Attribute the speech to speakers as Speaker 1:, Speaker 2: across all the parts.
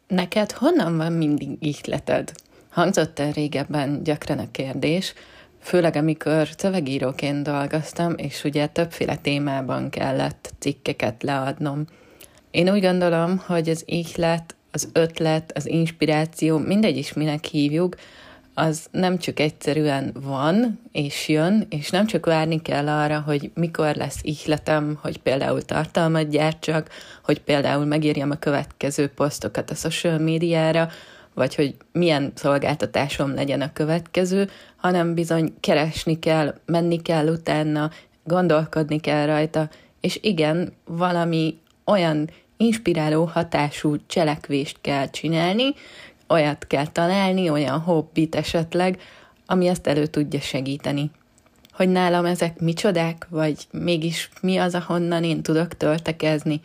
Speaker 1: Neked honnan van mindig ihleted? Hangzott el régebben gyakran a kérdés, főleg amikor szövegíróként dolgoztam, és ugye többféle témában kellett cikkeket leadnom. Én úgy gondolom, hogy az ihlet, az ötlet, az inspiráció, mindegy is minek hívjuk, az nem csak egyszerűen van és jön, és nem csak várni kell arra, hogy mikor lesz ihletem, hogy például tartalmat gyártsak, hogy például megírjam a következő posztokat a social médiára, vagy hogy milyen szolgáltatásom legyen a következő, hanem bizony keresni kell, menni kell utána, gondolkodni kell rajta, és igen, valami olyan inspiráló hatású cselekvést kell csinálni, olyat kell találni, olyan hobbit esetleg, ami ezt elő tudja segíteni. Hogy nálam ezek micsodák, vagy mégis mi az, ahonnan én tudok töltekezni.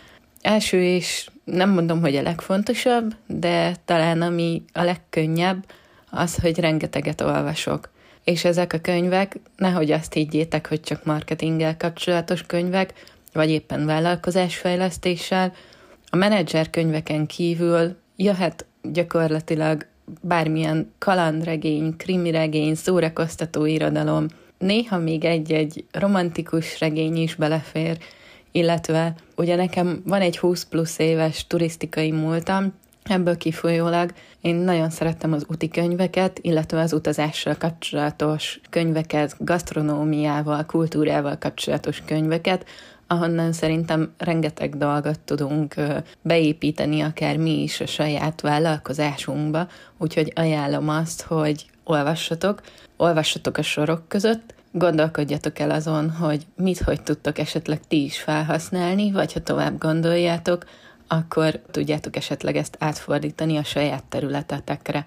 Speaker 1: Első és nem mondom, hogy a legfontosabb, de talán ami a legkönnyebb, az, hogy rengeteget olvasok. És ezek a könyvek, nehogy azt higgyétek, hogy csak marketinggel kapcsolatos könyvek, vagy éppen vállalkozásfejlesztéssel. A menedzser könyveken kívül jöhet gyakorlatilag bármilyen kalandregény, krimiregény, szórakoztató irodalom, néha még egy romantikus regény is belefér, illetve ugye nekem van egy 20 plusz éves turisztikai múltam, ebből kifolyólag én nagyon szerettem az úti könyveket, illetve az utazással kapcsolatos könyveket, gasztronómiával, kultúrával kapcsolatos könyveket, ahonnan szerintem rengeteg dolgot tudunk beépíteni, akár mi is a saját vállalkozásunkba, úgyhogy ajánlom azt, hogy olvassatok a sorok között, gondolkodjatok el azon, hogy hogy tudtok esetleg ti is felhasználni, vagy ha tovább gondoljátok, akkor tudjátok esetleg ezt átfordítani a saját területetekre.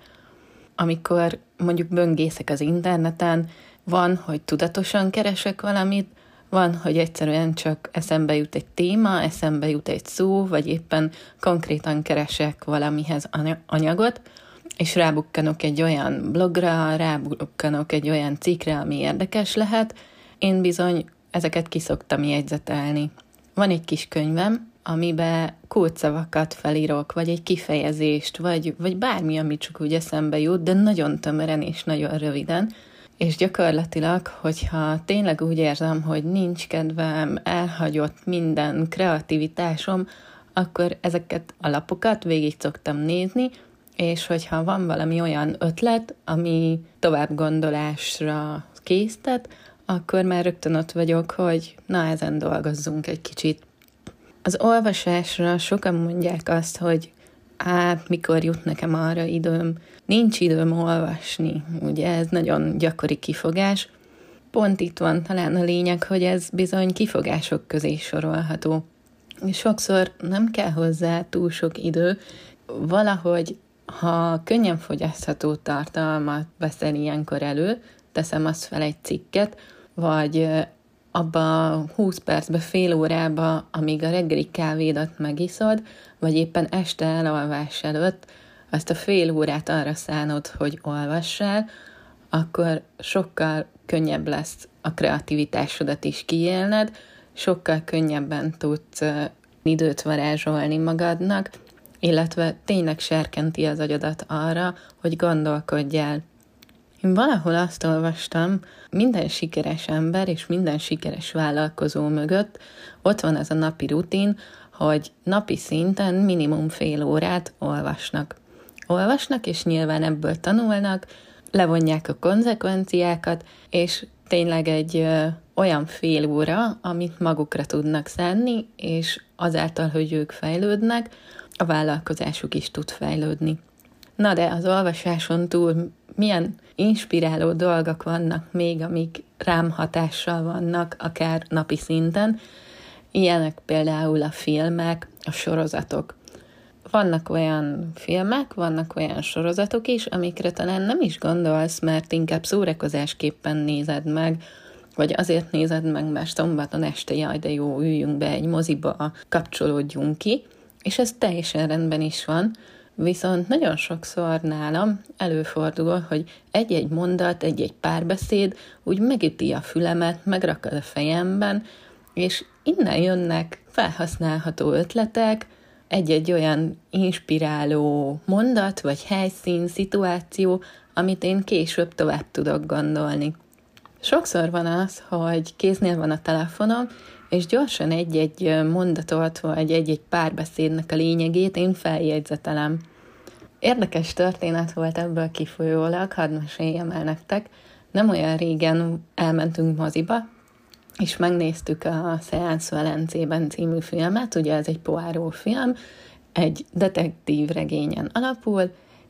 Speaker 1: Amikor mondjuk böngészek az interneten, van, hogy tudatosan keresek valamit, van, hogy egyszerűen csak eszembe jut egy téma, eszembe jut egy szó, vagy éppen konkrétan keresek valamihez anyagot, és rábukkanok egy olyan blogra, rábukkanok egy olyan cikkre, ami érdekes lehet, én bizony ezeket kiszoktam jegyzetelni. Van egy kis könyvem, amiben kódszavakat felírok, vagy egy kifejezést, vagy bármi, ami csak úgy eszembe jut, de nagyon tömören és nagyon röviden, és gyakorlatilag, hogyha tényleg úgy érzem, hogy nincs kedvem, elhagyott minden kreativitásom, akkor ezeket a lapokat végig szoktam nézni, és hogyha van valami olyan ötlet, ami tovább gondolásra késztet, akkor már rögtön ott vagyok, hogy na, ezen dolgozzunk egy kicsit. Az olvasásra sokan mondják azt, hogy mikor jut nekem arra időm, nincs időm olvasni, ugye ez nagyon gyakori kifogás. Pont itt van talán a lényeg, hogy ez bizony kifogások közé sorolható. Sokszor nem kell hozzá túl sok idő, valahogy, ha könnyen fogyasztható tartalmat veszel ilyenkor elő, teszem azt fel egy cikket, vagy abba 20 percbe, fél órába, amíg a reggeli kávédat megiszod, vagy éppen este elalvás előtt, azt a fél órát arra szánod, hogy olvassál, akkor sokkal könnyebb lesz a kreativitásodat is kiélned, sokkal könnyebben tudsz időt varázsolni magadnak, illetve tényleg serkenti az agyadat arra, hogy gondolkodjál. Én valahol azt olvastam, minden sikeres ember és minden sikeres vállalkozó mögött ott van az a napi rutin, hogy napi szinten minimum fél órát olvasnak. Olvasnak, és nyilván ebből tanulnak, levonják a konzekvenciákat, és tényleg egy olyan fél óra, amit magukra tudnak szánni, és azáltal, hogy ők fejlődnek, a vállalkozásuk is tud fejlődni. Na de az olvasáson túl milyen inspiráló dolgok vannak még, amik rám hatással vannak, akár napi szinten. Ilyenek például a filmek, a sorozatok. Vannak olyan filmek, vannak olyan sorozatok is, amikre talán nem is gondolsz, mert inkább szórakozásképpen nézed meg, vagy azért nézed meg, mert szombaton este jaj, de jó, üljünk be egy moziba, kapcsolódjunk ki, és ez teljesen rendben is van, viszont nagyon sokszor nálam előfordul, hogy egy-egy mondat, egy-egy párbeszéd úgy megüti a fülemet, megrakad a fejemben, és innen jönnek felhasználható ötletek, egy-egy olyan inspiráló mondat, vagy helyszín, szituáció, amit én később tovább tudok gondolni. Sokszor van az, hogy kéznél van a telefonom, és gyorsan egy-egy mondatot, vagy egy-egy párbeszédnek a lényegét én feljegyzetelem. Érdekes történet volt ebből kifolyólag, hadd meséljem el nektek. Nem olyan régen elmentünk moziba, és megnéztük a Seánsz Velencében című filmet, ugye ez egy Poirot film, egy detektív regényen alapul,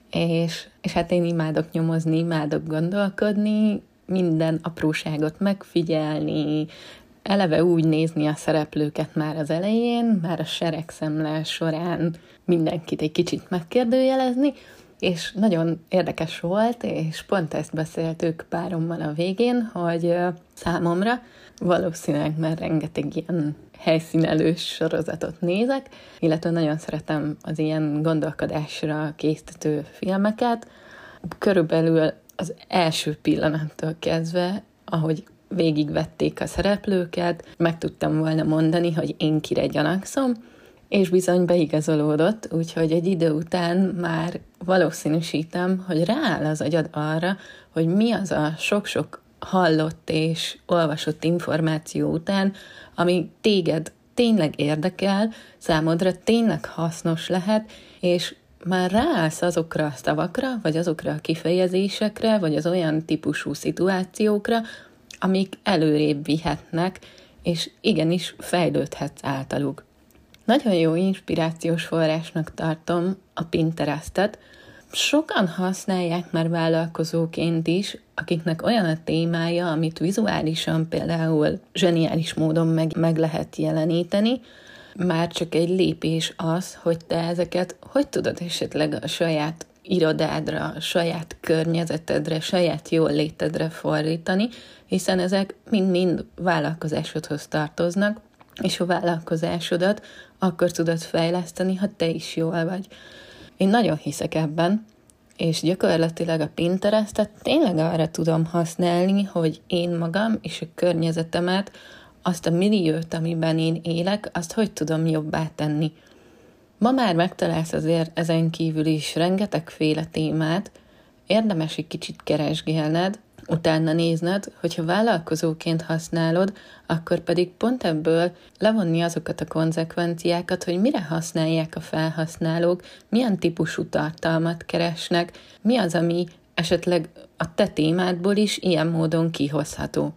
Speaker 1: és hát én imádok nyomozni, imádok gondolkodni, minden apróságot megfigyelni, eleve úgy nézni a szereplőket már az elején, már a seregszemle során mindenkit egy kicsit megkérdőjelezni, és nagyon érdekes volt, és pont ezt beszéltük párommal a végén, hogy számomra valószínűleg már rengeteg ilyen helyszínelős sorozatot nézek, illetve nagyon szeretem az ilyen gondolkodásra késztető filmeket. Körülbelül az első pillanattól kezdve, ahogy végigvették a szereplőket, meg tudtam volna mondani, hogy én kire gyanakszom, és bizony beigazolódott, úgyhogy egy idő után már valószínűsítem, hogy rááll az agyad arra, hogy mi az a sok-sok hallott és olvasott információ után, ami téged tényleg érdekel, számodra tényleg hasznos lehet, és már ráállsz azokra a szavakra, vagy azokra a kifejezésekre, vagy az olyan típusú szituációkra, amik előrébb vihetnek, és igenis fejlődhetsz általuk. Nagyon jó inspirációs forrásnak tartom a Pinterestet. Sokan használják már vállalkozóként is, akiknek olyan a témája, amit vizuálisan például zseniális módon meg lehet jeleníteni, már csak egy lépés az, hogy te ezeket hogy tudod esetleg a saját irodádra, a saját környezetedre, saját jól létedre fordítani, hiszen ezek mind-mind vállalkozásodhoz tartoznak, és a vállalkozásodat akkor tudod fejleszteni, ha te is jól vagy. Én nagyon hiszek ebben, és gyakorlatilag a Pinterestet tényleg arra tudom használni, hogy én magam és a környezetemet, azt a milliót, amiben én élek, azt hogy tudom jobbá tenni. Ma már megtalálsz azért ezen kívül is rengetegféle témát, érdemes egy kicsit keresgélned, utána nézned, hogyha vállalkozóként használod, akkor pedig pont ebből levonni azokat a konzekvenciákat, hogy mire használják a felhasználók, milyen típusú tartalmat keresnek, mi az, ami esetleg a te témádból is ilyen módon kihozható.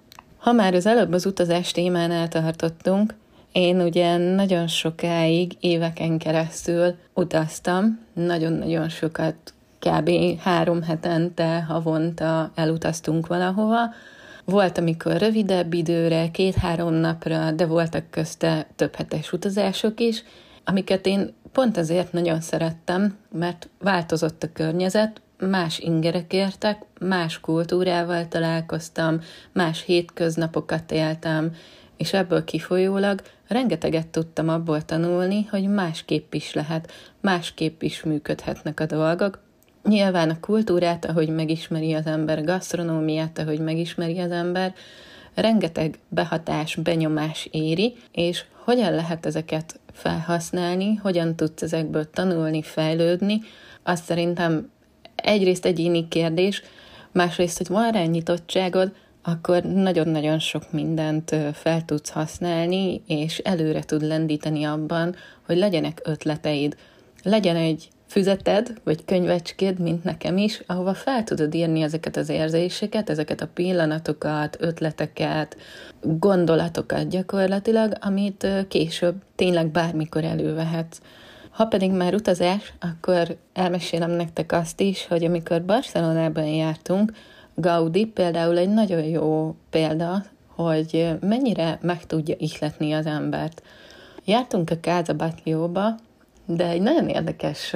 Speaker 1: Ha már az előbb az utazás témánál tartottunk, én ugye nagyon sokáig, éveken keresztül utaztam, nagyon-nagyon sokat, kb. 3 hetente, havonta elutaztunk valahova. Volt, amikor rövidebb időre, 2-3 napra, de voltak közte több hetes utazások is, amiket én pont azért nagyon szerettem, mert változott a környezet, más ingerek értek, más kultúrával találkoztam, más hétköznapokat éltem, és ebből kifolyólag rengeteget tudtam abból tanulni, hogy másképp is lehet, másképp is működhetnek a dolgok. Nyilván a kultúrát, ahogy megismeri az ember, gasztronómiát, ahogy megismeri az ember, rengeteg behatás, benyomás éri, és hogyan lehet ezeket felhasználni, hogyan tudsz ezekből tanulni, fejlődni, azt szerintem egyrészt egyéni kérdés, másrészt, hogy van rá nyitottságod, akkor nagyon-nagyon sok mindent fel tudsz használni, és előre tud lendíteni abban, hogy legyenek ötleteid. Legyen egy füzeted, vagy könyvecskéd, mint nekem is, ahova fel tudod írni ezeket az érzéseket, ezeket a pillanatokat, ötleteket, gondolatokat gyakorlatilag, amit később tényleg bármikor elővehetsz. Ha pedig már utazás, akkor elmesélem nektek azt is, hogy amikor Barcelonában jártunk, Gaudí például egy nagyon jó példa, hogy mennyire meg tudja ihletni az embert. Jártunk a Casa Batllóba, de egy nagyon érdekes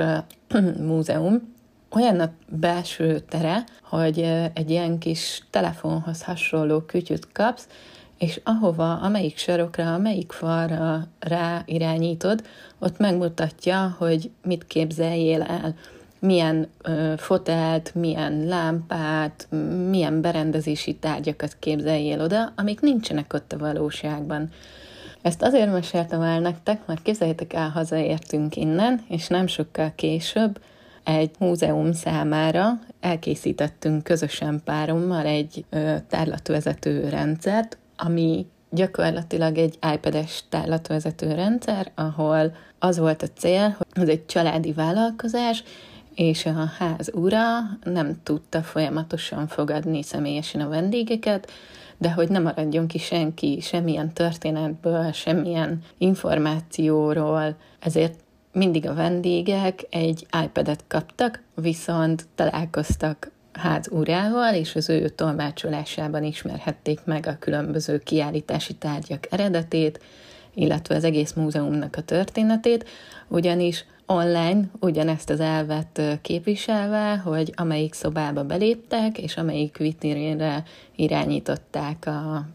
Speaker 1: múzeum, olyan a belső tere, hogy egy ilyen kis telefonhoz hasonló kütyüt kapsz, és ahova, amelyik sarokra, amelyik falra rá irányítod, ott megmutatja, hogy mit képzeljél el. Milyen fotelt, milyen lámpát, milyen berendezési tárgyakat képzeljél oda, amik nincsenek ott a valóságban. Ezt azért meséltem el nektek, mert képzeljétek el, hazaértünk innen, és nem sokkal később egy múzeum számára elkészítettünk közösen párommal egy tárlatvezető rendszert, ami gyakorlatilag egy iPad-es tárlatvezető rendszer, ahol az volt a cél, hogy ez egy családi vállalkozás, és a ház ura nem tudta folyamatosan fogadni személyesen a vendégeket, de hogy ne maradjon ki senki semmilyen történetből, semmilyen információról, ezért mindig a vendégek egy iPad-et kaptak, viszont találkoztak ház urával, és az ő tolmácsolásában ismerhették meg a különböző kiállítási tárgyak eredetét, illetve az egész múzeumnak a történetét, ugyanis online ugyanezt az elvet képviselve, hogy amelyik szobába beléptek, és amelyik vitrínre irányították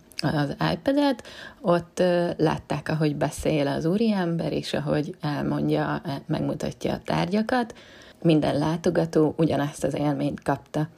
Speaker 1: az iPad-et, ott látták, ahogy beszél az úriember, és ahogy elmondja, megmutatja a tárgyakat. Minden látogató ugyanezt az élményt kapta.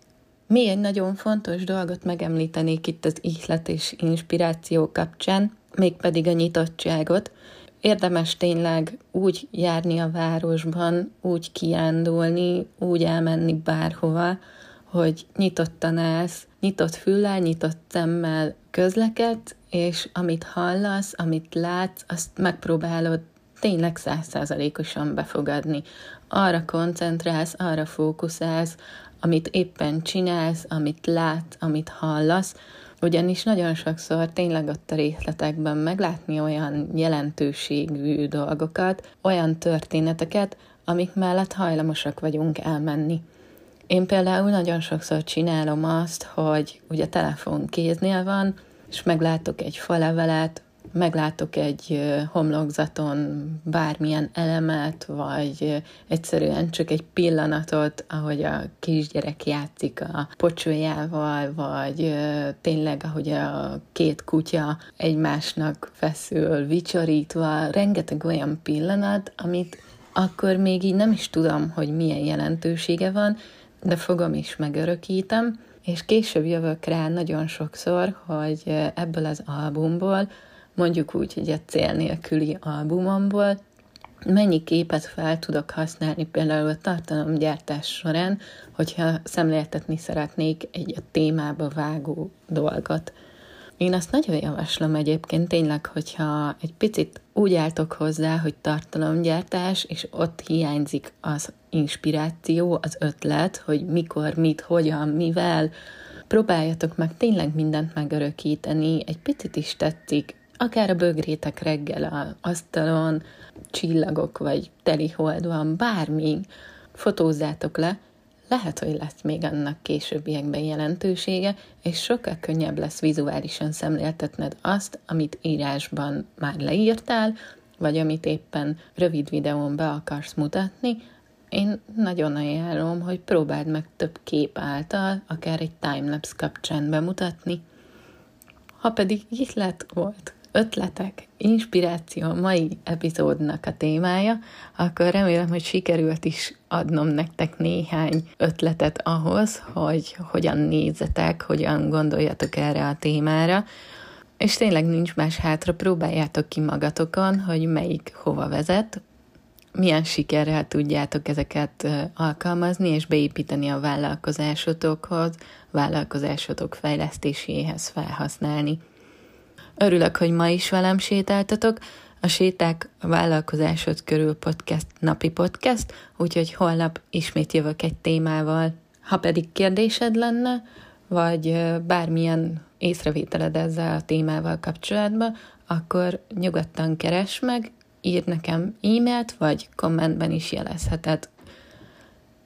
Speaker 1: Még egy nagyon fontos dolgot megemlítenék itt az ihlet és inspiráció kapcsán, mégpedig a nyitottságot. Érdemes tényleg úgy járni a városban, úgy kiándulni, úgy elmenni bárhova, hogy nyitottan állsz, nyitott füllel, nyitott szemmel közlekedsz, és amit hallasz, amit látsz, azt megpróbálod tényleg 100%-osan befogadni. Arra koncentrálsz, arra fókuszálsz, amit éppen csinálsz, amit látsz, amit hallasz, ugyanis nagyon sokszor tényleg ott a részletekben meglátni olyan jelentőségű dolgokat, olyan történeteket, amik mellett hajlamosak vagyunk elmenni. Én például nagyon sokszor csinálom azt, hogy ugye a telefon kéznél van, és meglátok egy falevelet, meglátok egy homlokzaton bármilyen elemet, vagy egyszerűen csak egy pillanatot, ahogy a kisgyerek játszik a pocsolyával, vagy tényleg, ahogy a két kutya egymásnak feszül, vicsorítva, rengeteg olyan pillanat, amit akkor még így nem is tudom, hogy milyen jelentősége van, de fogom is megörökítem, és később jövök rá nagyon sokszor, hogy ebből az albumból, mondjuk úgy, hogy a cél nélküli albumomból, mennyi képet fel tudok használni például a tartalomgyártás során, hogyha szemléltetni szeretnék egy a témába vágó dolgot. Én azt nagyon javaslom egyébként tényleg, hogyha egy picit úgy álltok hozzá, hogy tartalomgyártás, és ott hiányzik az inspiráció, az ötlet, hogy mikor, mit, hogyan, mivel, próbáljatok meg tényleg mindent megörökíteni, egy picit is tetszik, akár a bögrétek reggel az asztalon, csillagok vagy teli hold van, bármi, fotózzátok le, lehet, hogy lesz még annak későbbiekben jelentősége, és sokkal könnyebb lesz vizuálisan szemléltetned azt, amit írásban már leírtál, vagy amit éppen rövid videón be akarsz mutatni. Én nagyon ajánlom, hogy próbáld meg több kép által, akár egy timelapse kapcsán bemutatni. Ha pedig ihlet volt, ötletek, inspiráció a mai epizódnak a témája, akkor remélem, hogy sikerült is adnom nektek néhány ötletet ahhoz, hogy hogyan nézzetek, hogyan gondoljatok erre a témára, és tényleg nincs más hátra, próbáljátok ki magatokon, hogy melyik hova vezet, milyen sikerrel tudjátok ezeket alkalmazni és beépíteni a vállalkozásotokhoz, vállalkozásotok fejlesztéséhez felhasználni. Örülök, hogy ma is velem sétáltatok. A Séták a Vállalkozásod körül podcast napi podcast, úgyhogy holnap ismét jövök egy témával. Ha pedig kérdésed lenne, vagy bármilyen észrevételed ezzel a témával kapcsolatban, akkor nyugodtan keresd meg, írd nekem e-mailt, vagy kommentben is jelezheted.